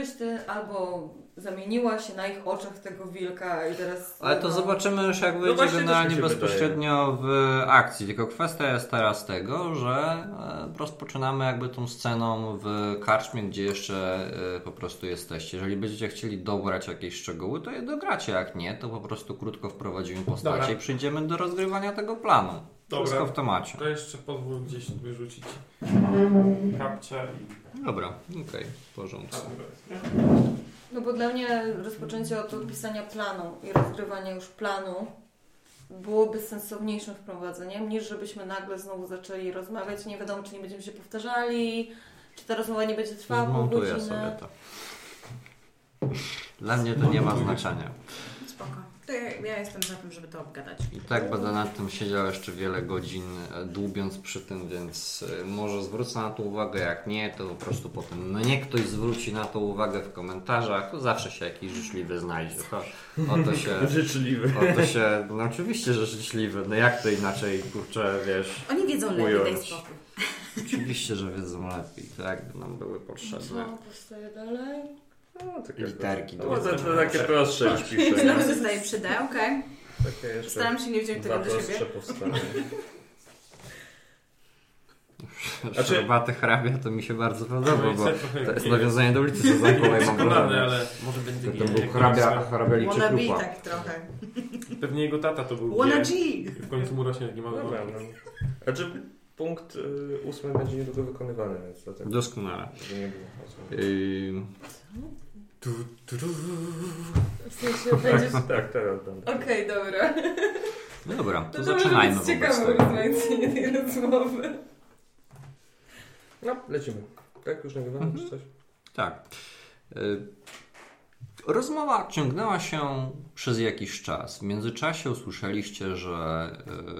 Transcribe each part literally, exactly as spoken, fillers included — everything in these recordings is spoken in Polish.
albo zamieniła się na ich oczach tego wilka i teraz... Ale to no... zobaczymy już jak wyjdzie no generalnie bezpośrednio wydaje. w akcji. Tylko kwestia jest teraz tego, że rozpoczynamy jakby tą sceną w karczmie, gdzie jeszcze po prostu jesteście. Jeżeli będziecie chcieli dobrać jakieś szczegóły, to je dogracie. Jak nie, to po prostu krótko wprowadzimy postacie Dobra. i przyjdziemy do rozgrywania tego planu. Dobra. Wszystko w temacie. To jeszcze pozwól gdzieś wyrzucić kapcia i... Dobra, okej, okay, w porządku. No bo dla mnie rozpoczęcie od opisania planu i rozgrywania już planu byłoby sensowniejszym wprowadzeniem, niż żebyśmy nagle znowu zaczęli rozmawiać. Nie wiadomo, czy nie będziemy się powtarzali, czy ta rozmowa nie będzie trwała pół godziny. Zmontuję sobie to. Dla mnie to nie ma znaczenia. Spoko. To ja, ja jestem za tym, żeby to obgadać. I tak będę nad tym siedział jeszcze wiele godzin, dłubiąc przy tym, więc może zwrócę na to uwagę, jak nie, to po prostu potem mnie ktoś zwróci na to uwagę w komentarzach, to zawsze się jakiś życzliwy znajdzie. To, o to się... życzliwy. O to się, no oczywiście, że życzliwy, no jak to inaczej, kurczę, wiesz... Oni wiedzą lepiej, daj spokój. Oczywiście, że wiedzą lepiej, to jakby nam były potrzebne. Co, postaję dalej? No, takie literki. No, to, to takie prostsze już pisze. Znowu zostaje przy D, okej. Okay. Staram się nie wziąć tego do siebie. Znaczy, Szerowaty hrabia to mi się bardzo podoba, bo to jest nawiązanie do ulicy Sezamkowej, mam wrażenie. Ale może będzie to był hrabia, hrabia liczy Wannabe tak trochę. Pewnie jego tata to był Wanna G. W końcu mu rośnie taki mały Dobra, no. Znaczy punkt y, ósmy będzie niedługo wykonywany, więc to tak. Doskonale. Żeby nie było yy... Tu, tu, tu. W sensie będziesz... tak, tak, teraz będę. Okej, okay, dobra. No dobra, to, to zaczynajmy wobec tego. To rozmawianie tej rozmowy. No, lecimy. Tak, już nagrywamy mhm. czy coś? Tak. Rozmowa ciągnęła się przez jakiś czas. W międzyczasie usłyszeliście, że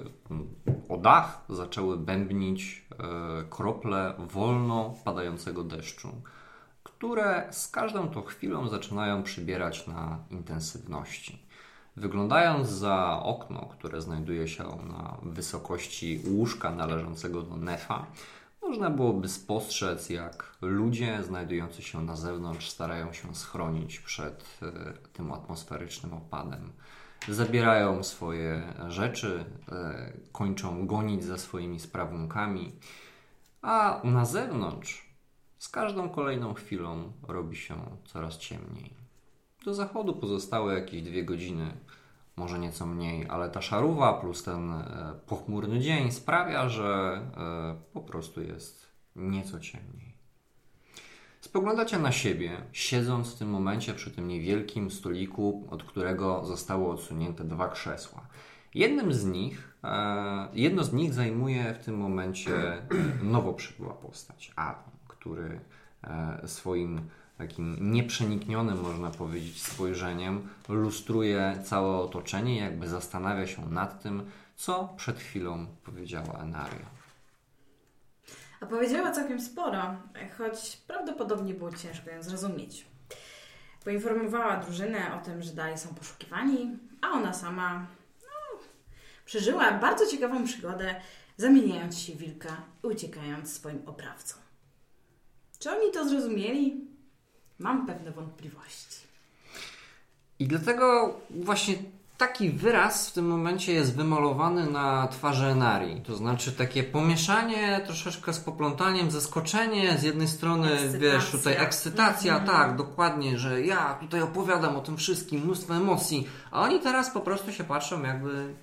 o dach zaczęły bębnić krople wolno padającego deszczu, które z każdą tą chwilą zaczynają przybierać na intensywności. Wyglądając za okno, które znajduje się na wysokości łóżka należącego do Nefa, można byłoby spostrzec, jak ludzie znajdujący się na zewnątrz starają się schronić przed y, tym atmosferycznym opadem. Zabierają swoje rzeczy, y, kończą gonić za swoimi sprawunkami, a na zewnątrz z każdą kolejną chwilą robi się coraz ciemniej. Do zachodu pozostały jakieś dwie godziny, może nieco mniej, ale ta szarówa plus ten e, pochmurny dzień sprawia, że e, po prostu jest nieco ciemniej. Spoglądacie na siebie, siedząc w tym momencie przy tym niewielkim stoliku, od którego zostało odsunięte dwa krzesła. Jednym z nich, e, jedno z nich zajmuje w tym momencie nowo przybyła postać, Adam, który e, swoim takim nieprzeniknionym, można powiedzieć, spojrzeniem lustruje całe otoczenie, jakby zastanawia się nad tym, co przed chwilą powiedziała Enaria. A powiedziała całkiem sporo, choć prawdopodobnie było ciężko ją zrozumieć. Poinformowała drużynę o tym, że dalej są poszukiwani, a ona sama no, przeżyła bardzo ciekawą przygodę, zamieniając się w wilka i uciekając swoim oprawcom. Czy oni to zrozumieli? Mam pewne wątpliwości. I dlatego właśnie taki wyraz w tym momencie jest wymalowany na twarzy Enarii. To znaczy takie pomieszanie troszeczkę z poplątaniem, zaskoczenie. Z jednej strony, ekscytacja. wiesz, tutaj ekscytacja, mm-hmm. tak, dokładnie, że ja tutaj opowiadam o tym wszystkim, mnóstwo emocji, a oni teraz po prostu się patrzą jakby...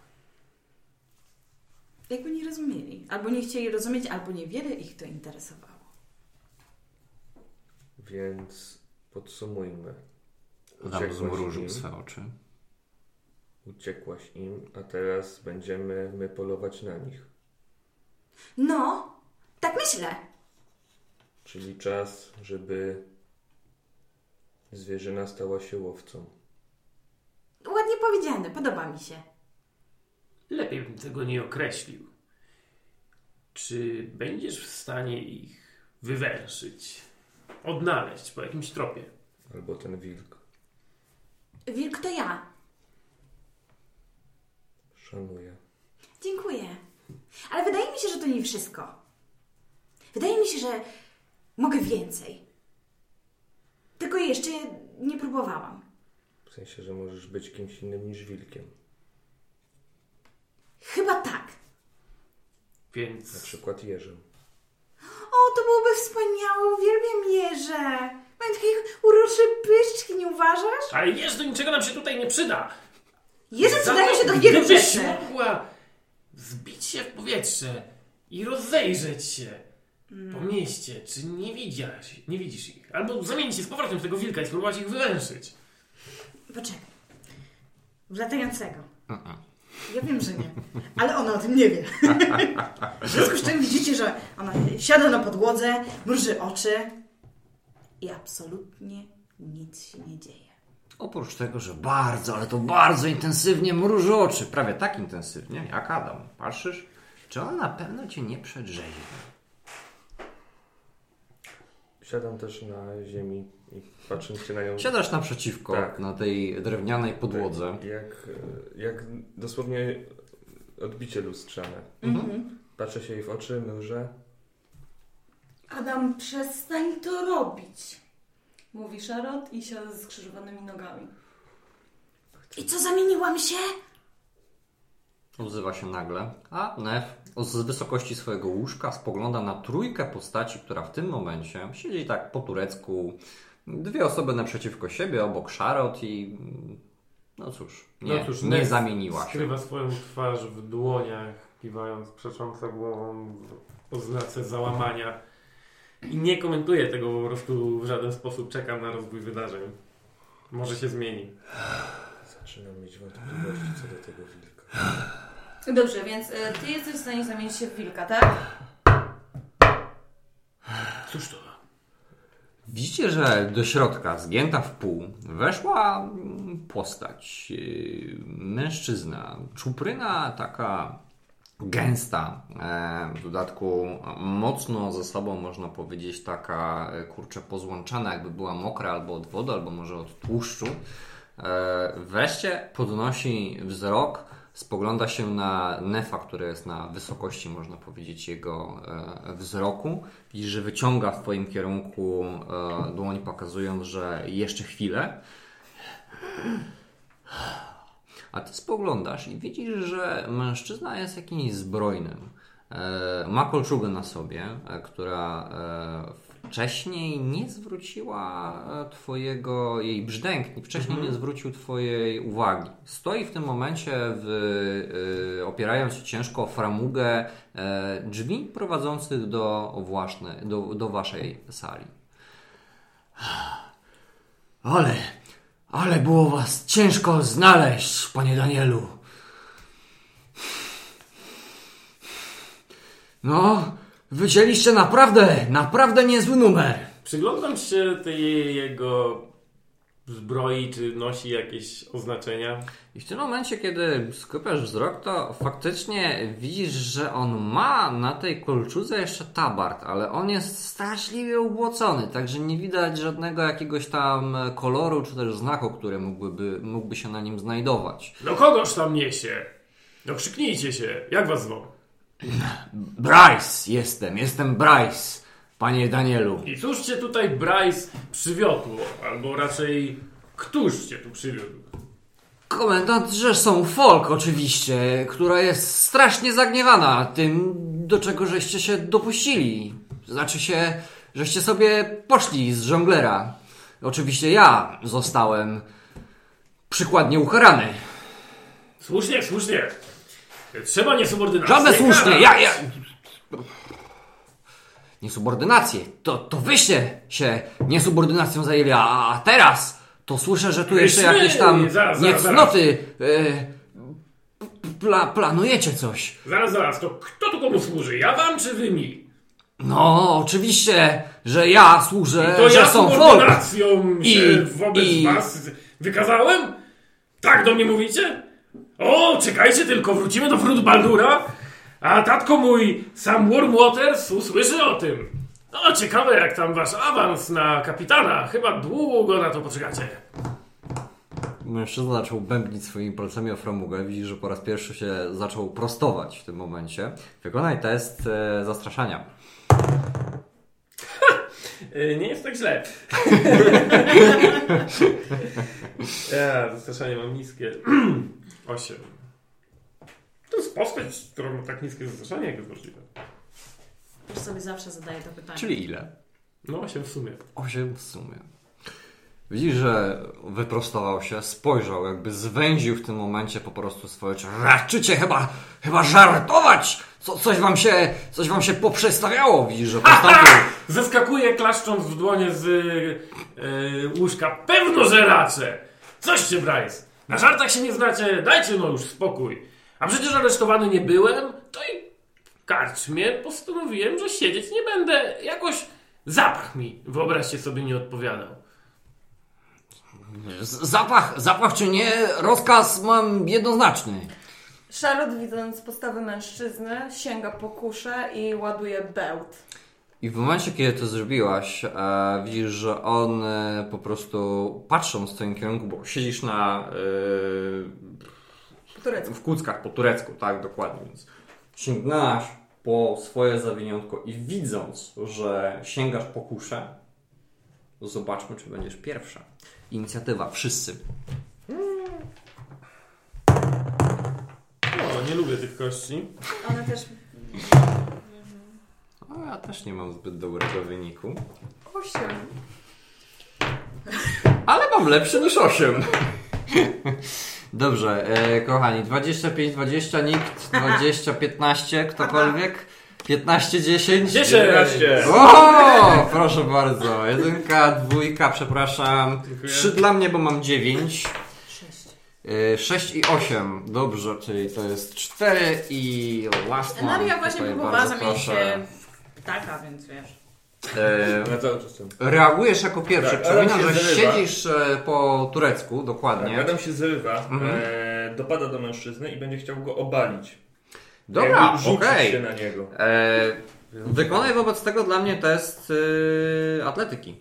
Jakby nie rozumieli. Albo nie chcieli rozumieć, albo niewiele ich to interesowało. Więc podsumujmy. Adam zmrużył swe oczy. Uciekłaś im, a teraz będziemy my polować na nich. No, tak myślę. Czyli czas, żeby zwierzyna stała się łowcą. Ładnie powiedziane, podoba mi się. Lepiej bym tego nie określił. Czy będziesz w stanie ich wywęszyć? Odnaleźć po jakimś tropie. Albo ten wilk. Wilk to ja. Szanuję. Dziękuję. Ale wydaje mi się, że to nie wszystko. Wydaje mi się, że mogę więcej. jeszcze nie próbowałam. W sensie, że możesz być kimś innym niż wilkiem. Chyba tak. Więc... Na przykład jeżem. O, to byłoby wspaniałe, uwielbiam jeże. Mają takie urocze pyszczki, nie uważasz? Ale jeż do niczego nam się tutaj nie przyda. Jeże Za przydają to, się do wielu gdybyś rzeczy. mogła wzbić się w powietrze i rozejrzeć się Mm. po mieście, czy nie widziałaś, nie widzisz ich? Albo zamienić się z powrotem w tego wilka i spróbować ich wywęszyć. Poczekaj. W latającego. Uh-uh. Ja wiem, że nie. Ale ona o tym nie wie. W związku z czym widzicie, że ona siada na podłodze, mruży oczy i absolutnie nic się nie dzieje. Oprócz tego, że bardzo, ale to bardzo intensywnie mruży oczy. Prawie tak intensywnie jak Adam. Patrzysz, czy on na pewno cię nie przedrzeźwi. Siadam też na ziemi i patrząc się na nią... Siadasz naprzeciwko, Tak. na tej drewnianej podłodze. Tak, jak, jak dosłownie odbicie lustrzane. Mhm. Patrzę się jej w oczy, mrużę. Adam, przestań to robić. Mówi Charlotte i siada ze skrzyżowanymi nogami. I co, zamieniłam się? Odzywa się nagle, a Nef z wysokości swojego łóżka spogląda na trójkę postaci, która w tym momencie siedzi tak po turecku. Dwie osoby naprzeciwko siebie, obok Charlotte i... No cóż, nie, no cóż, nie Nef zamieniła się. skrywa swoją twarz w dłoniach, kiwając przecząco głową w oznace załamania. I nie komentuję tego po prostu w żaden sposób. Czekam na rozwój wydarzeń. Może się zmieni. Zaczynam mieć wątpliwości co do tego wilka. Dobrze, więc y, ty jesteś w stanie zamienić się w wilka, tak? Cóż to? Widzicie, że do środka, zgięta w pół, weszła postać. Yy, Mężczyzna. Czupryna taka gęsta. E, w dodatku mocno ze sobą, można powiedzieć, taka, kurczę, pozłączana, jakby była mokra albo od wody, albo może od tłuszczu. E, wreszcie podnosi wzrok, spogląda się na Nefa, który jest na wysokości, można powiedzieć, jego e, wzroku. Widzisz, że wyciąga w twoim kierunku e, dłoń, pokazując, że jeszcze chwilę. A ty spoglądasz i widzisz, że mężczyzna jest jakimś zbrojnym. E, ma kolczugę na sobie, e, która e, wcześniej nie zwróciła twojego, jej brzdęk wcześniej Mhm. nie zwrócił twojej uwagi. Stoi w tym momencie, w, e, opierając się ciężko o framugę e, drzwi prowadzących do, własne, do, do waszej sali. Ale... Ale było was ciężko znaleźć, panie Danielu. No, wycięliście naprawdę, naprawdę niezły numer. Przyglądam się tej jego zbroi, czy nosi jakieś oznaczenia. I w tym momencie, kiedy skupiasz wzrok, to faktycznie widzisz, że on ma na tej kolczudze jeszcze tabard, ale on jest straszliwie ubłocony, także nie widać żadnego jakiegoś tam koloru, czy też znaku, który mógłby, mógłby się na nim znajdować. No kogoż tam niesie? No krzyknijcie się, jak was zwą? Bryce jestem, jestem Bryce, panie Danielu. I cóż cię tutaj Bryce przywiodło? Albo raczej, któż cię tu przywiódł? Komendant Rzeszą Folk oczywiście, która jest strasznie zagniewana tym, do czego żeście się dopuścili. Znaczy się, żeście sobie poszli z żonglera. Oczywiście ja zostałem przykładnie ukarany. Słusznie, słusznie. Trzeba niesubordynacji. Żadne słusznie, ja, ja... Niesubordynację. To, to wyście się niesubordynacją zajęli, a, a teraz to słyszę, że tu jeszcze Myśmy- jakieś tam zaraz, zaraz, niecnoty. E, pla, planujecie coś. Zaraz, zaraz, to kto tu komu służy? Ja wam czy wy mi? No, oczywiście, że ja służę, To że ja są folk. subordynacją I- się wobec i- was wykazałem? Tak do mnie mówicie? O, czekajcie tylko, wrócimy do wrót Baldura, a tatko mój, Sam Wormwaters, usłyszy o tym. No, ciekawe jak tam wasz awans na kapitana. Chyba długo na to poczekacie. Mężczyzna zaczął bębnić swoimi palcami o framugę. Widzisz, że po raz pierwszy się zaczął prostować w tym momencie. Wykonaj test e, zastraszania. Yy, nie jest tak źle. Ja, zastraszanie mam niskie. osiem. To jest postać, która ma tak niskie zastraszanie, jak jest możliwe. Już sobie zawsze zadaję to pytanie. Czyli ile? No osiem w sumie. osiem w sumie. Widzisz, że wyprostował się, spojrzał, jakby zwęził w tym momencie po prostu swoje oczy. Raczycie chyba, chyba żartować! Co, coś wam się, coś wam się poprzestawiało. Widzisz, że postąpił. Zeskakuje klaszcząc w dłonie z yy, łóżka. Pewno, że raczę! Coście, Bryce! Na żartach się nie znacie, dajcie no już spokój. A przecież aresztowany nie byłem, to i w karczmie postanowiłem, że siedzieć nie będę. Jakoś zapach mi, wyobraźcie sobie, nie odpowiadał. Zapach, zapach czy nie, rozkaz mam jednoznaczny. Charlotte, widząc postawy mężczyzny, sięga po kuszę i ładuje bełt. I w momencie, kiedy to zrobiłaś, e, widzisz, że on e, po prostu patrząc w twoim kierunku, bo siedzisz na Po turecku. e, w kuckach po turecku, tak, dokładnie, więc sięgnęłaś po swoje zawiniątko i widząc, że sięgasz po kuszę, zobaczmy, czy będziesz pierwsza. Inicjatywa, wszyscy. No, nie lubię tych kości. One też... No, ja też nie mam zbyt dobrego wyniku. Osiem. Ale mam lepszy niż osiem. Dobrze, e, kochani, dwadzieścia pięć dwadzieścia, nikt, dwadzieścia piętnaście, ktokolwiek, piętnaście dziesięć. dziesięć! O, proszę bardzo, jedynka, dwójka, przepraszam, trzy dla mnie, bo mam dziewięć. sześć i osiem, dobrze, czyli to jest cztery i last one. Maria właśnie Tutaj próbowała bardzo zamienić proszę. się w ptaka, więc wiesz. E, Na cały czas ten. reagujesz jako pierwszy, Tak, Adam przypominam, się że zrywa. siedzisz e, po turecku, dokładnie. Tak, Adam się zrywa, Mhm. e, dopada do mężczyzny i będzie chciał go obalić. Dobra, Jakby rzucić okej. się na niego. E, wykonaj wobec tego dla mnie test e, atletyki.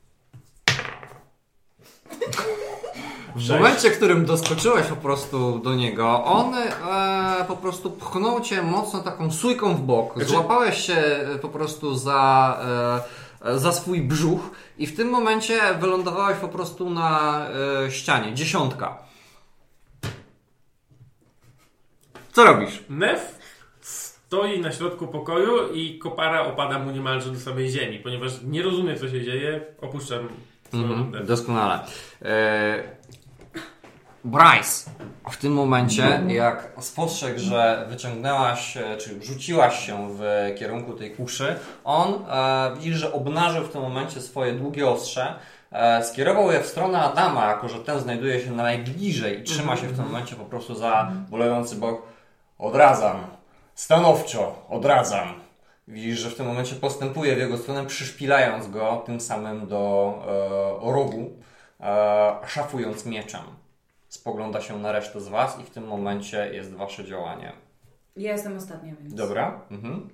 W Sześć. momencie, w którym doskoczyłeś po prostu do niego, on e, po prostu pchnął cię mocno taką sójką w bok. Znaczy- Złapałeś się e, po prostu za, e, za swój brzuch i w tym momencie wylądowałeś po prostu na e, ścianie. Dziesiątka. Co robisz? Nef stoi na środku pokoju i kopara opada mu niemalże do samej ziemi, ponieważ nie rozumie, co się dzieje. Opuszczam swoją rundę. Mhm, doskonale. E, Bryce, w tym momencie, jak spostrzegł, że wyciągnęłaś, e, czy rzuciłaś się w kierunku tej kuszy, on e, widzisz, że obnażył w tym momencie swoje długie ostrze, e, skierował je w stronę Adama, jako że ten znajduje się najbliżej i trzyma się w tym momencie po prostu za bolejący bok. Odradzam, stanowczo, odradzam. Widzisz, że w tym momencie postępuje w jego stronę, przyszpilając go tym samym do e, rogu, e, szafując mieczem. Spogląda się na resztę z was i w tym momencie jest wasze działanie. Ja jestem ostatnia, więc... Dobra? Mhm.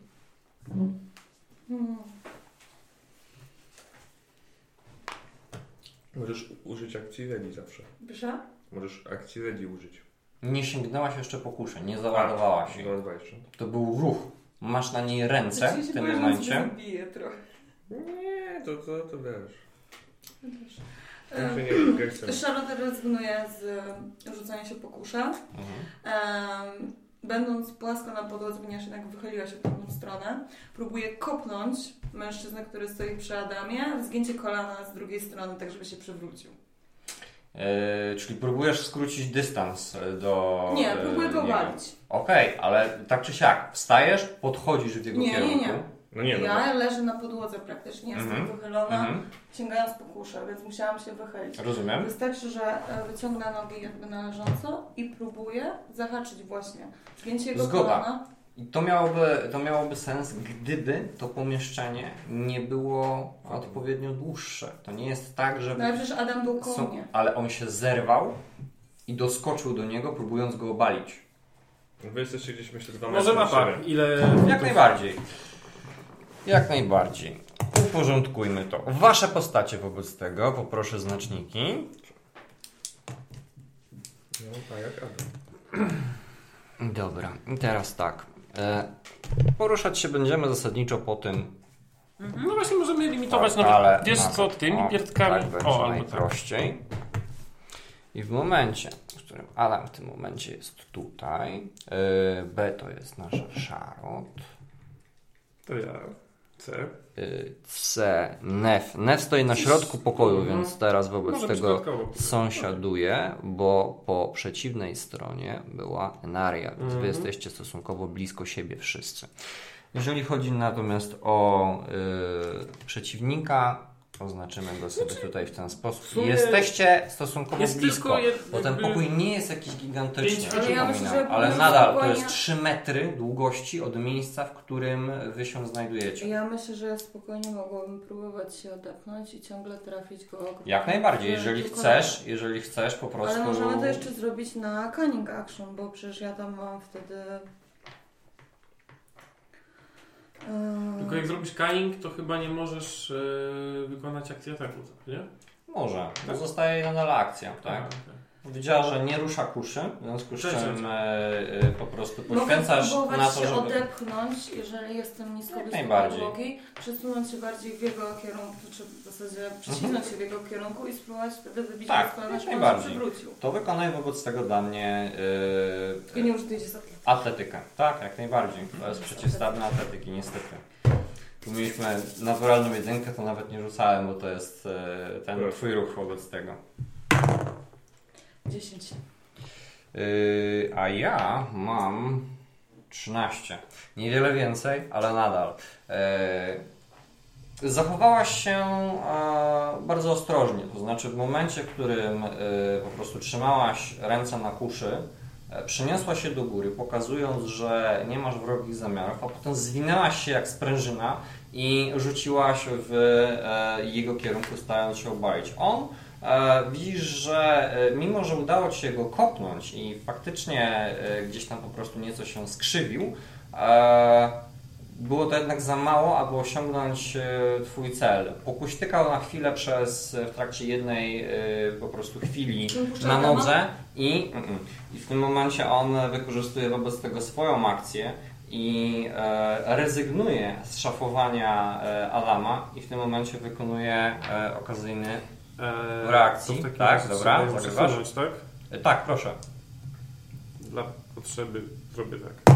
Możesz użyć akcji ready zawsze. Proszę? Możesz akcji ready użyć. Nie sięgnęłaś jeszcze po kuszę, nie załadowałaś jej. Załadowałaś jeszcze. To był ruch. Masz na niej ręce Znaczy, w tym momencie. Zabiję trochę. Nie, to, to, to wiesz. To Em, się nie gestem. Charlotte rezygnuje z e, rzucania się po kuszę. Mhm. Em, będąc płasko na podłodze, ponieważ jednak wychyliła się w tamtą stronę, próbuje kopnąć mężczyznę, który stoi przy Adamie, w zgięcie kolana z drugiej strony, tak żeby się przewrócił. E, czyli próbujesz skrócić dystans do Nie, e, próbuję go niego. walić. Okej, ale tak czy siak, wstajesz, podchodzisz w jego Nie, nie, kierunku. nie. No nie, no. Ja leżę na podłodze praktycznie, jestem Mhm. wychylona, Mhm. sięgając po kuszę, więc musiałam się wychylić. Rozumiem. Wystarczy, że e, wyciągnę nogi jakby należąco i próbuję zahaczyć właśnie zgięcie jego Zgoda. kolana. I to miałoby, to miałoby sens, gdyby to pomieszczenie nie było odpowiednio dłuższe. To nie jest tak, że... No ale przecież Adam był koło są, mnie. ale on się zerwał i doskoczył do niego, próbując go obalić. Wy jesteście gdzieś, myślę, dwa Może metry ma od tak, siebie. ile... Jak najbardziej. Jak najbardziej. Uporządkujmy to. Wasze postacie wobec tego, poproszę znaczniki. No tak, jak Adam. Dobra, i teraz tak. E, poruszać się będziemy zasadniczo po tym No właśnie możemy limitować Tak, nawet, ale wiesz nawet- co, tymi o, pierdkami. Tak będzie o, albo tak. najprościej. I w momencie, w którym Adam w tym momencie jest tutaj, yy, B to jest nasza Charlotte, To ja. C. yy, C Nef. Nef stoi na środku pokoju, Mhm. więc teraz wobec Może być tego dodatkowo. sąsiaduje, bo po przeciwnej stronie była Enaria, więc wy Mhm. jesteście stosunkowo blisko siebie wszyscy. Jeżeli chodzi natomiast o yy, przeciwnika, oznaczymy go sobie tutaj w ten sposób. sumie Jesteście stosunkowo jest blisko, tylko jed- bo ten jakby pokój nie jest jakiś gigantyczny, pięć- Ale ja myślę, przypominam, że ale powinno nadal to spokojnie- jest trzy metry długości od miejsca, w którym wy się znajdujecie. Ja myślę, że ja spokojnie mogłabym próbować się odepchnąć i ciągle trafić go. Jak najbardziej, jeżeli tylko chcesz, jeżeli chcesz po prostu... Ale możemy to jeszcze zrobić na cunning action, bo przecież ja tam mam wtedy... Yy, Tylko jak zrobisz cunning, to chyba nie możesz e, wykonać akcji ataku, nie? Może, bo zostaje nadal akcja, tak? Aha, okej. Powiedziała, że nie rusza kuszy, w związku z Cześć, cześć. czym e, e, po prostu Mogę poświęcasz próbować na to, się żeby... odepchnąć, jeżeli jestem nisko Jak wysoko najbardziej. podłogi, przesunąć się bardziej w jego kierunku, czy w zasadzie przycisnąć się w jego kierunku i spróbować wtedy wybić Tak, go z kolana, jak żeby on się najbardziej. przywrócił. To wykonaj wobec tego dla mnie Tylko e, nie użyj z atletyki. atletykę. Tak, jak najbardziej. To jest przeciwstawna atletyki, niestety. Tu mieliśmy naturalną jedynkę, to nawet nie rzucałem, bo to jest e, ten Proszę. twój ruch wobec tego. dziesięć. Yy, a ja mam trzynaście. Niewiele więcej, ale nadal. Yy, zachowałaś się e, bardzo ostrożnie. To znaczy w momencie, w którym e, po prostu trzymałaś ręce na kuszy, e, przeniosła się do góry, pokazując, że nie masz wrogich zamiarów, a potem zwinęłaś się jak sprężyna i rzuciłaś w e, jego kierunku, starając się obalić. On E, widzisz, że e, mimo, że udało Ci się go kopnąć i faktycznie e, gdzieś tam po prostu nieco się skrzywił, e, było to jednak za mało, aby osiągnąć e, Twój cel. Pokuśtykał na chwilę przez, w trakcie jednej e, po prostu chwili na nodze i, mm, i w tym momencie on wykorzystuje wobec tego swoją akcję i e, rezygnuje z szafowania e, Adama i w tym momencie wykonuje e, okazyjny Eee, reakcji, to w takim tak, razie dobra, trzeba ją zagrywasz? przesunąć, tak? E, tak, proszę. Dla potrzeby zrobię tak.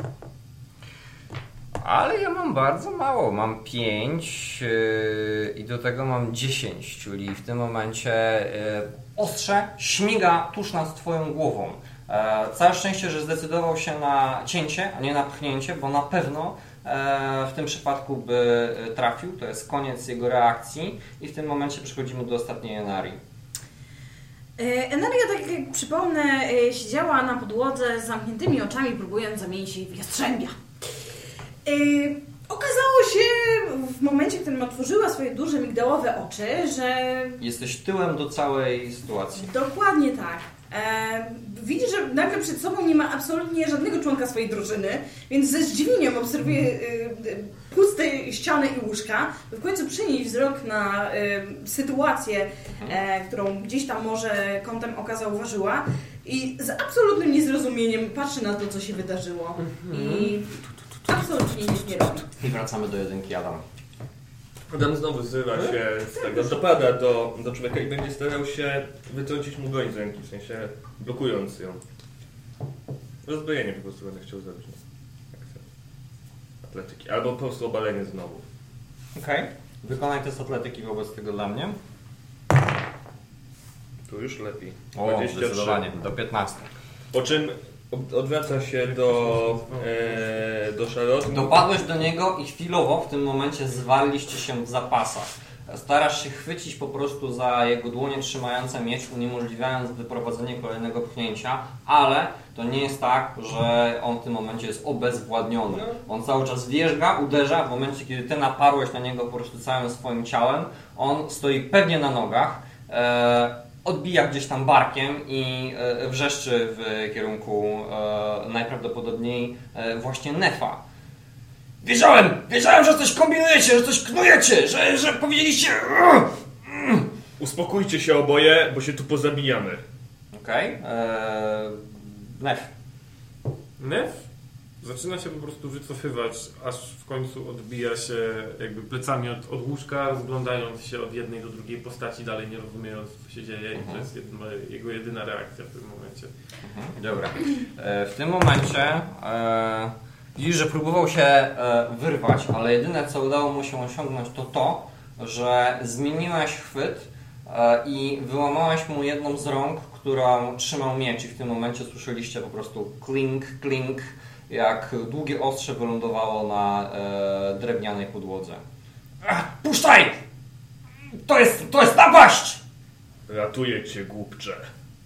Ale ja mam bardzo mało, mam pięć yy, i do tego mam dziesięć, czyli w tym momencie yy, ostrze śmiga tuż nad Twoją głową. E, całe szczęście, że zdecydował się na cięcie, a nie na pchnięcie, bo na pewno e, w tym przypadku by trafił, to jest koniec jego reakcji i w tym momencie przechodzimy do ostatniej Enarii. Enaria, tak jak przypomnę, e, siedziała na podłodze z zamkniętymi oczami, próbując zamienić się w jastrzębia. E, Okazało się w momencie, w którym otworzyła swoje duże migdałowe oczy, że Jesteś tyłem do całej sytuacji. dokładnie tak. E, widzi, że nagle przed sobą nie ma absolutnie żadnego członka swojej drużyny, więc ze zdziwieniem obserwuje e, e, puste ściany i łóżka, by w końcu przenieść wzrok na e, sytuację, e, którą gdzieś tam może kątem oka zauważyła i z absolutnym niezrozumieniem patrzy na to, co się wydarzyło. I absolutnie nic nie robi. I wracamy do jedynki, Adam. Adam znowu zrywa się z tego, dopada do, do człowieka i będzie starał się wytrącić mu broń z ręki, w sensie blokując ją. Rozbrojenie po prostu będę chciał zrobić. No. Akcja atletyki. Albo po prostu obalenie znowu. Okej. Okay. Wykonaj test atletyki wobec tego dla mnie. Tu już lepiej. O, dwadzieścia trzy. zdecydowanie, do piętnastu. Po czym od- odwraca się do, e, do Charlotte. Dopadłeś do niego i chwilowo w tym momencie zwarliście się w zapasach. Starasz się chwycić po prostu za jego dłonie trzymające miecz, uniemożliwiając wyprowadzenie kolejnego pchnięcia, ale to nie jest tak, że on w tym momencie jest obezwładniony. On cały czas wierzga, uderza, w momencie kiedy ty naparłeś na niego po prostu całym swoim ciałem, on stoi pewnie na nogach, e, odbija gdzieś tam barkiem i e, wrzeszczy w kierunku e, najprawdopodobniej e, właśnie Nefa. Wiedziałem! Wiedziałem, że coś kombinujecie, że coś knujecie, że, że powiedzieliście... Uspokójcie się oboje, bo się tu pozabijamy. Okej. Okay. Nef. Nef? zaczyna się po prostu wycofywać, aż w końcu odbija się jakby plecami od, od łóżka, rozglądając się od jednej do drugiej postaci, dalej nie rozumiejąc, co się dzieje. Mhm. I to jest jedna, jego jedyna reakcja w tym momencie. Mhm. Dobra. E, w tym momencie e, widzisz, że próbował się e, wyrwać, ale jedyne, co udało mu się osiągnąć, to to, że zmieniłaś chwyt e, i wyłamałaś mu jedną z rąk, którą trzymał miecz i w tym momencie słyszeliście po prostu klink, klink, jak długie ostrze wylądowało na e, drewnianej podłodze. Ach, puszczaj! To jest, to jest napaść! Ratuję cię, głupcze.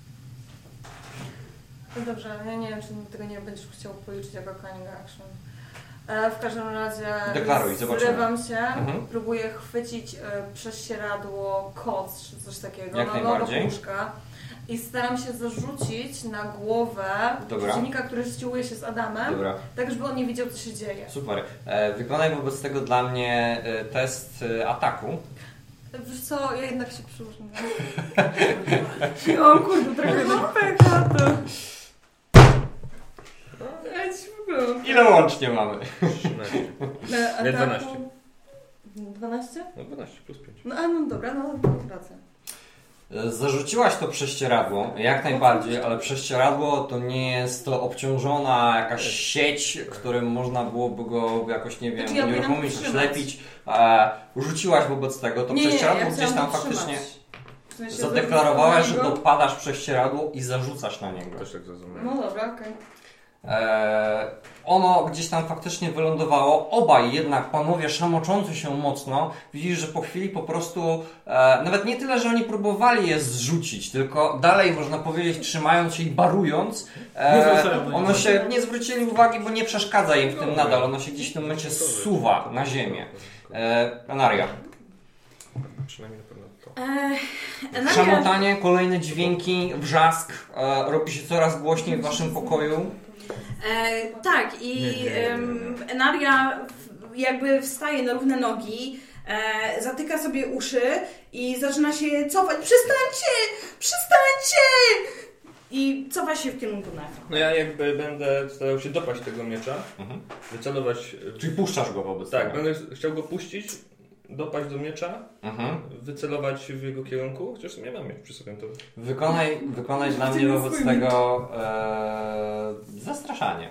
No dobrze, ja nie wiem, czy tego nie będziesz chciał policzyć jako cunning action. E, w każdym razie Deklaruj, zobaczymy. zrywam się, Mhm. próbuję chwycić e, prześcieradło koc, czy coś takiego, Jak na najbardziej. łóżka i staram się zarzucić na głowę Dobra. przeciwnika, który zciłuje się z Adamem, Dobra. tak żeby on nie wiedział, co się dzieje. Super. E, wykonaj wobec tego dla mnie e, test e, ataku. Wiesz co, ja jednak się przyłożę. O kurde, trochę mam pecha to. Ile łącznie mamy? trzynaście. E, Nie, ataku- dwanaście. dwanaście? No dwanaście plus pięć. No a no dobra, no wracam. Zarzuciłaś to prześcieradło, jak najbardziej, ale prześcieradło to nie jest to obciążona jakaś sieć, którym można byłoby go jakoś, nie wiem, Znaczy, ja powinnam unieruchomić, utrzymać. oślepić. E, rzuciłaś wobec tego, to Nie, nie, prześcieradło ja gdzieś chciałam tam go faktycznie trzymać. W sensie zadeklarowałaś, że zarzucam na niego. dopadasz prześcieradło i zarzucasz na niego. Też tak zrozumiałem. No dobra, okej. E, ono gdzieś tam faktycznie wylądowało. Obaj jednak panowie szamoczący się mocno. Widzisz, że po chwili po prostu e, nawet nie tyle, że oni próbowali je zrzucić, tylko dalej można powiedzieć trzymając się i barując. E, ono się nie zwrócili uwagi, bo nie przeszkadza im w tym nadal. Ono się gdzieś w tym momencie zsuwa na ziemię. E, Enaria. Przynajmniej na pewno to. Eee, Enaria, Szamotanie, kolejne dźwięki, wrzask. E, robi się coraz głośniej w waszym pokoju. e, tak, i em, Enaria w- jakby wstaje na równe nogi, e, zatyka sobie uszy i zaczyna się cofać. Przestańcie! Przestańcie! I cofa się w kierunku Nefa. No ja jakby będę starał się dopaść tego miecza, Mhm. wycelować... Czyli puszczasz go wobec Tak, tego. będę chciał go puścić, dopaść do miecza, Mhm. wycelować w jego kierunku, chociaż nie mam miecz przy sobie. To... Wykonaj, wykonaj dla mnie wobec tego e, zastraszanie.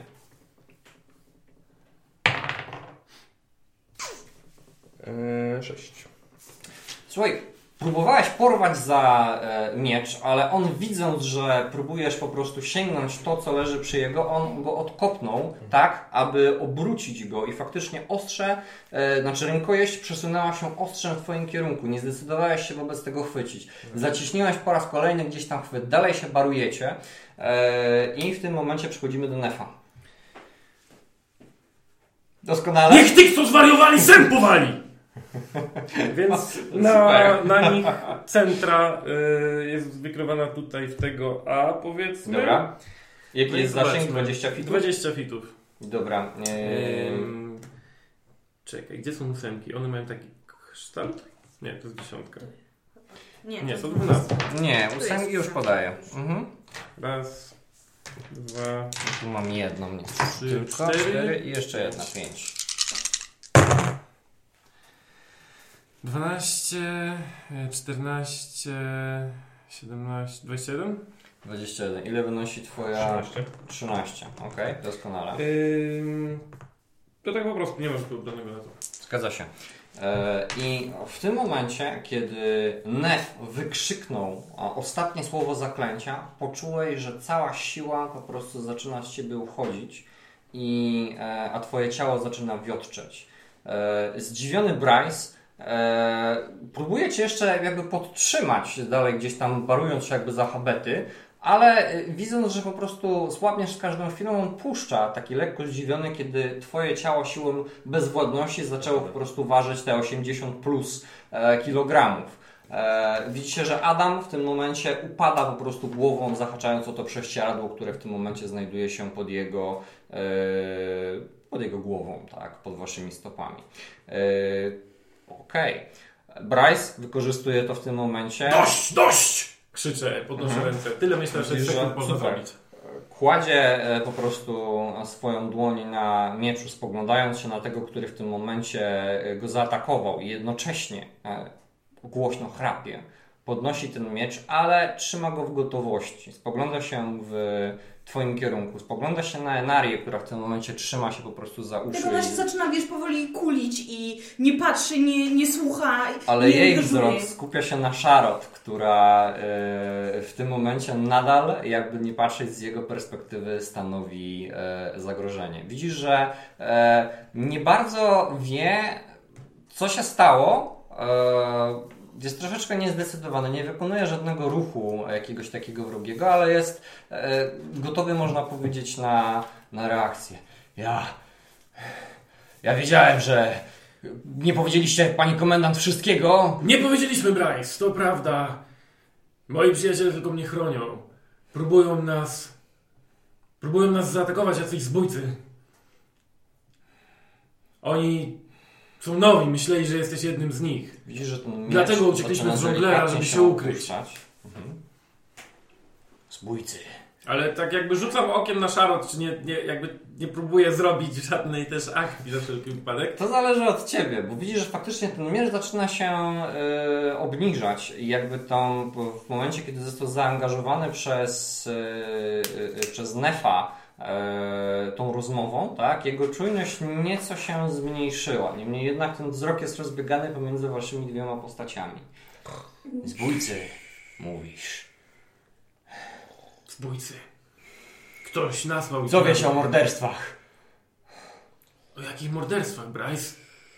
Eee, sześć. Słuchaj, próbowałeś porwać za e, miecz, ale on widząc, że próbujesz po prostu sięgnąć to, co leży przy jego, on go odkopnął tak, aby obrócić go i faktycznie ostrze, e, znaczy rękojeść przesunęła się ostrzem w twoim kierunku. Nie zdecydowałeś się wobec tego chwycić. Zaciśniłeś po raz kolejny gdzieś tam chwyt, dalej się barujecie e, i w tym momencie przechodzimy do Nefa. Doskonale. Niech tych, co zwariowali, sen powali! Więc na, Super. na nich centra y, jest wykrywana tutaj w tego A, powiedzmy. Dobra. Jaki No i jest zasięg? zobaczmy. dwadzieścia feetów? dwadzieścia feetów. Dobra. Yy... Ym, czekaj, gdzie są ósemki? One mają taki kształt? Nie, to jest dziesiątka. Nie, Nie, to są jest dwunastki. Nie, Tu ósemki jest już ósemka. podaję. Mhm. Raz, dwa, Tu mam jedną, nie. trzy, Tylko cztery. cztery i jeszcze jedna, pięć. dwanaście, czternaście, siedemnaście, dwadzieścia jeden? dwadzieścia jeden. Ile wynosi twoja... trzynaście. trzynaście. Okej, doskonale. Ym, to tak po prostu, nie mam problemu na to. Zgadza się. E, I w tym momencie, kiedy Nef wykrzyknął a, ostatnie słowo zaklęcia, poczułeś, że cała siła po prostu zaczyna z ciebie uchodzić, i, e, a twoje ciało zaczyna wiotczeć. E, zdziwiony Bryce e, próbuje cię jeszcze jakby podtrzymać dalej gdzieś tam, barując się jakby za habety, ale e, widząc, że po prostu słabniesz z każdą chwilą, on puszcza, taki lekko zdziwiony, kiedy twoje ciało siłą bezwładności zaczęło po prostu ważyć te osiemdziesiąt plus e, kilogramów. E, widzicie, że Adam w tym momencie upada po prostu głową, zahaczając o to prześcieradło, które w tym momencie znajduje się pod jego, e, pod jego głową, tak, pod waszymi stopami. E, Okej. Okay. Bryce wykorzystuje to w tym momencie. Dość, dość! Krzyczę, podnoszę Mhm. ręce. Tyle myślę, że Widzisz, sekund że- można super. zrobić. Kładzie e, po prostu swoją dłoń na mieczu, spoglądając się na tego, który w tym momencie e, go zaatakował i jednocześnie e, głośno chrapie. Podnosi ten miecz, ale trzyma go w gotowości. Spogląda się w twoim kierunku. Spogląda się na Enarię, która w tym momencie trzyma się po prostu za uszy. Tak ona się zaczyna, wiesz, powoli kulić i nie patrzy, nie, nie słucha. Ale nie jej angażuje. wzrok skupia się na Charlotte, która e, w tym momencie nadal, jakby nie patrzeć z jego perspektywy, stanowi e, zagrożenie. Widzisz, że e, nie bardzo wie, co się stało. E, jest troszeczkę niezdecydowany, nie wykonuje żadnego ruchu jakiegoś takiego wrogiego, ale jest e, gotowy, można powiedzieć, na, na reakcję. Ja... Ja wiedziałem, że nie powiedzieliście, pani komendant, wszystkiego. Nie powiedzieliśmy, Bryce, to prawda. Moi przyjaciele tylko mnie chronią. Próbują nas... Próbują nas zaatakować jacyś zbójcy. Oni są nowi, myśleli, że jesteś jednym z nich. Widzisz, że ten miecz Dlatego uciekliśmy zaczyna z żonglera, delikatnie żeby się ukryć. opuszczać. Mhm. Zbójcy. Ale tak jakby rzucam okiem na Charlotte, czy nie, nie, jakby nie próbuję zrobić żadnej też akcji za wszelki wypadek. To zależy od ciebie, bo widzisz, że faktycznie ten miecz zaczyna się y, obniżać i jakby tą, w momencie, kiedy został zaangażowany przez, y, y, przez Nefa y, tą rozmową, tak, jego czujność nieco się zmniejszyła. Niemniej jednak ten wzrok jest rozbiegany pomiędzy waszymi dwiema postaciami. Zbójcy, mówisz. Zbójcy. Ktoś nazwał ich... Co wiesz o morderstwach? O jakich morderstwach, Bryce?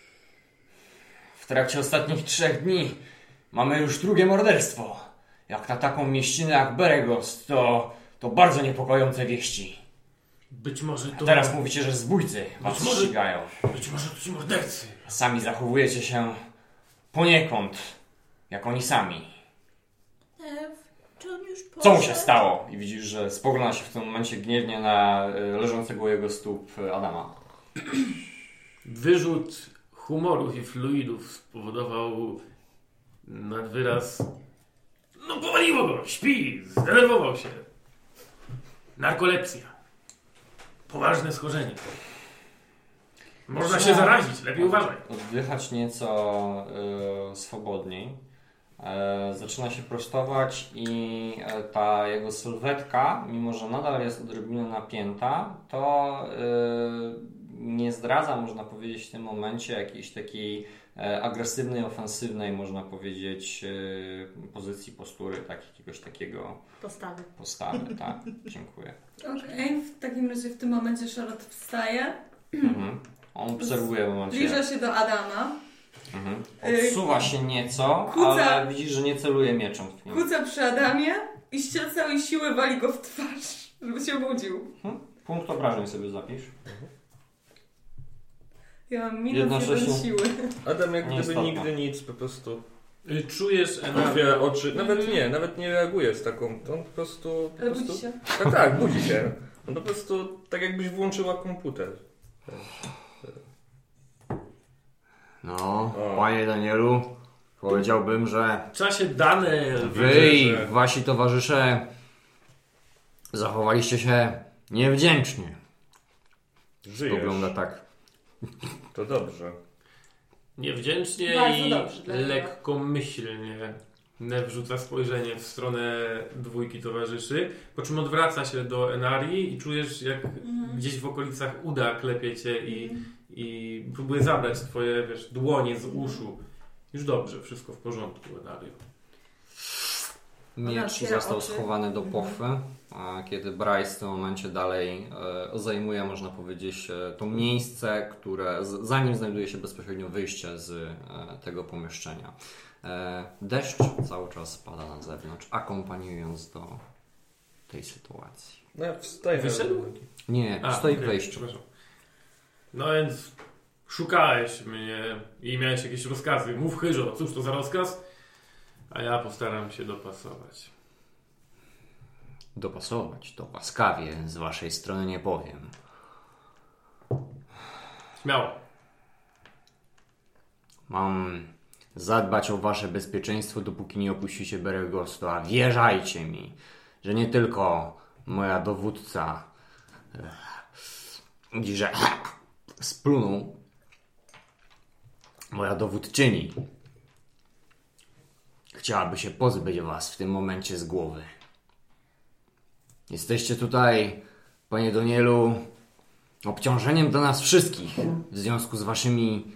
W trakcie ostatnich trzech dni mamy już drugie morderstwo. Jak na taką mieścinę jak Beregos, to, to bardzo niepokojące wieści. Być może to... A teraz mówicie, że zbójcy was Być może- ścigają. Być może to ci mordercy. Sami zachowujecie się poniekąd jak oni sami. Ew, czy on już Co mu się poszedł? stało? I widzisz, że spogląda się w tym momencie gniewnie na y, leżącego u jego stóp y, Adama. Wyrzut humorów i fluidów spowodował nad wyraz... No powaliło go, śpi, zdenerwował się. Narkolepsja. Poważne schorzenie. Można się zarazić, lepiej uważaj. Oddychać nieco y, swobodniej. E, zaczyna się prostować i e, ta jego sylwetka, mimo że nadal jest odrobinę napięta, to e, nie zdradza, można powiedzieć, w tym momencie jakiejś takiej e, agresywnej, ofensywnej, można powiedzieć, e, pozycji, postury, tak, jakiegoś takiego Postawy. postawy. Tak, dziękuję. Okej, w takim razie w tym momencie Charlotte wstaje, Mhm. On obserwuje w momencie. zbliża się do Adama, Mhm. Odsuwa się nieco, Kuca. ale widzisz, że nie celuje mieczem w nim. kuca przy Adamie i z całej siły wali go w twarz, żeby się obudził. Mhm. Punkt obrażeń sobie zapisz. Ja mam minus Jednocześnie- jeden siły. Adam jak gdyby Nieistotne. nigdy nic, po prostu Y, Czujesz otwiera oczy. Nawet nie, nawet nie reaguje z taką. On po prostu. Po Ale prostu budzi się. tak, tak, budzi się. On po prostu tak jakbyś włączyła komputer. No, O. panie Danielu, powiedziałbym, że w czasie dane... wy i widzę, że- wasi towarzysze zachowaliście się niewdzięcznie. Żyjesz. Wygląda tak. To dobrze. Niewdzięcznie Bardzo i dobrze dla niego. lekkomyślnie Nev rzuca spojrzenie w stronę dwójki towarzyszy, po czym odwraca się do Enarii i czujesz, jak gdzieś w okolicach uda klepie cię i, i próbuje zabrać twoje, wiesz, dłonie z uszu. Już dobrze, wszystko w porządku, Enario. Ona Miecz otwiera został oczy. schowany do pofy, a kiedy Bryce w tym momencie dalej e, zajmuje, można powiedzieć, e, to miejsce, które z, za nim znajduje się bezpośrednio wyjście z e, tego pomieszczenia. E, deszcz cały czas pada na zewnątrz, akompaniując do tej sytuacji. No ja wstaję. Wyszedł? Nie, A, stoi w okej, wejściu. przepraszam. No więc szukałeś mnie i miałeś jakieś rozkazy. Mów Chyżo, cóż to za rozkaz? A ja postaram się dopasować. Dopasować to łaskawie z waszej strony nie powiem. Śmiało. Mam zadbać o wasze bezpieczeństwo, dopóki nie opuścicie Beregostu, a wierzajcie mi, że nie tylko moja dowódca widzi, że splunął. Moja dowódczyni chciałaby się pozbyć was w tym momencie z głowy. Jesteście tutaj, panie Donielu, obciążeniem dla nas wszystkich w związku z waszymi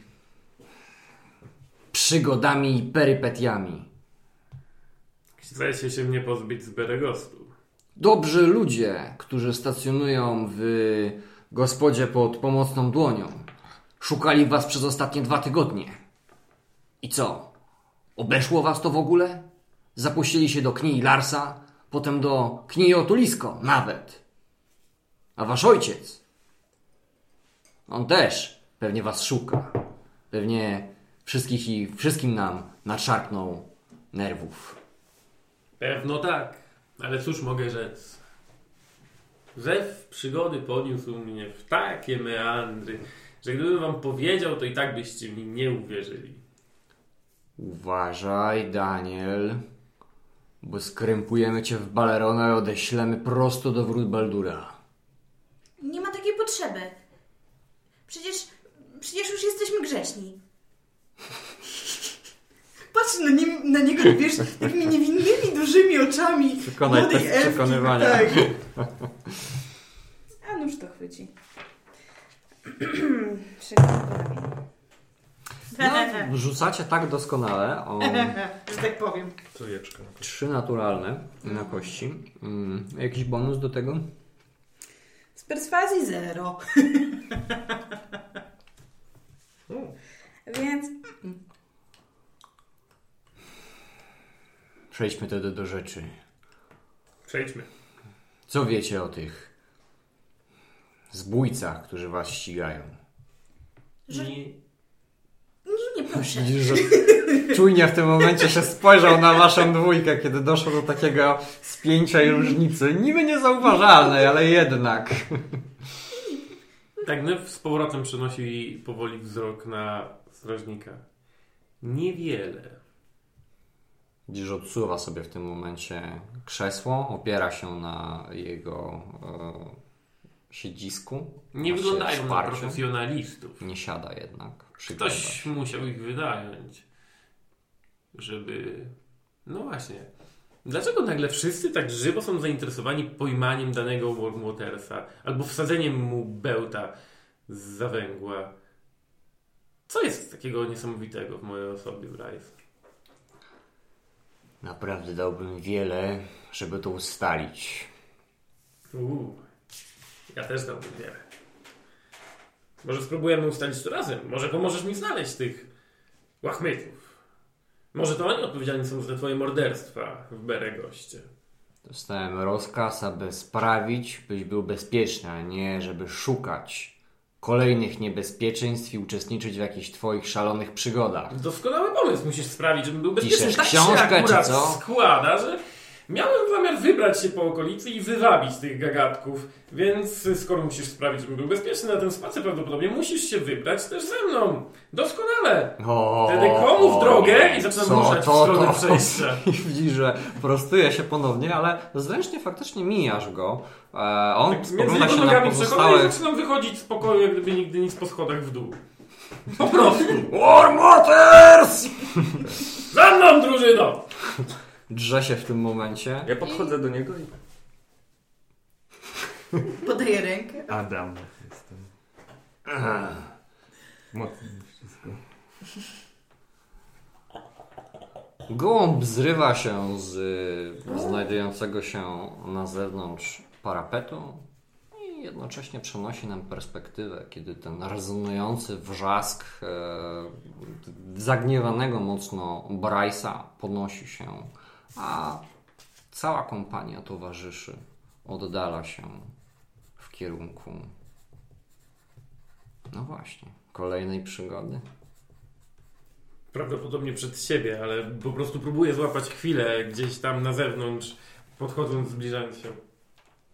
przygodami i perypetiami. Chcecie się mnie pozbyć z Beregostu. Dobrzy ludzie, którzy stacjonują w gospodzie pod pomocną dłonią, szukali was przez ostatnie dwa tygodnie. I co? Obeszło was to w ogóle? Zapuścili się do Knii Larsa, potem do Knii Otulisko nawet. A wasz ojciec? On też pewnie was szuka. Pewnie wszystkich i wszystkim nam nadszarpnął nerwów. Pewno tak, ale cóż mogę rzec? Zew przygody poniósł mnie w takie meandry, że gdybym wam powiedział, to i tak byście mi nie uwierzyli. Uważaj, Daniel, bo skrępujemy cię w baleronę i odeślemy prosto do wrót Baldura. Nie ma takiej potrzeby. Przecież, przecież już jesteśmy grzeczni. Patrz na, nie, na niego, wiesz, takimi niewinnymi, dużymi oczami. Przekonaj młodej test elfki, przekonywania. Tak. A nóż to chwyci. Przekonywanie. No, rzucacie tak doskonale o Że tak powiem. Trójeczka. trzy naturalne na kości. Mm, jakiś bonus do tego? Z perswazji zero. Więc... Przejdźmy tedy do rzeczy. Przejdźmy. Co wiecie o tych zbójcach, którzy was ścigają? Że... Nie. Nie, nie proszę. Widzisz, że czujnie w tym momencie się spojrzał na waszą dwójkę, kiedy doszło do takiego spięcia i różnicy. Niby niezauważalnej, ale jednak. Tak, Nev z powrotem przenosi powoli wzrok na strażnika. Niewiele. Widzisz, że odsuwa sobie w tym momencie krzesło, opiera się na jego e, siedzisku. Nie Właśnie wyglądają na wsparciu. profesjonalistów. Nie siada jednak. Przygląda Ktoś się. musiał ich wynająć, żeby... No właśnie. Dlaczego nagle wszyscy tak żywo są zainteresowani pojmaniem danego Wormwatersa albo wsadzeniem mu bełta z zawęgła? Co jest takiego niesamowitego w mojej osobie, Bryce? Naprawdę dałbym wiele, żeby to ustalić. Uuu, ja też dałbym wiele. Może spróbujemy ustalić to razem. Może pomożesz mi znaleźć tych łachmytów. Może to oni odpowiedzialni są za twoje morderstwa w Beregoście. Dostałem rozkaz, aby sprawić, byś był bezpieczny, a nie żeby szukać kolejnych niebezpieczeństw i uczestniczyć w jakichś twoich szalonych przygodach. Doskonały pomysł. Musisz sprawić, żebym był bezpieczny. Piszesz Tak książkę, się akurat czy co? składa, że miałem zamiar wybrać się po okolicy i wywabić tych gagatków. Więc skoro musisz sprawić, żebym był bezpieczny na ten spacer, prawdopodobnie musisz się wybrać też ze mną. Doskonale. O, Wtedy komu w drogę i zaczynam co ruszać w to, stronę to? przejścia. I widzisz, że prostuje się ponownie, ale zręcznie faktycznie mijasz go. E, on Tak, między spogląda jego się na nogami przechodzę i pozostałych... zaczynam wychodzić z pokoju, jak gdyby nigdy nic po schodach w dół. Po prostu. Wormwaters! Za mną, drużyno! Drze się w tym momencie. Ja podchodzę do niego i... Podaję rękę. Adam jestem. Mocno wszystko. Gołąb zrywa się z znajdującego się na zewnątrz parapetu i jednocześnie przenosi nam perspektywę, kiedy ten rezonujący wrzask e, zagniewanego mocno Bryce'a podnosi się, a cała kompania towarzyszy oddala się w kierunku, no właśnie, kolejnej przygody. Prawdopodobnie przed siebie, ale po prostu próbuję złapać chwilę gdzieś tam na zewnątrz, podchodząc, zbliżając się.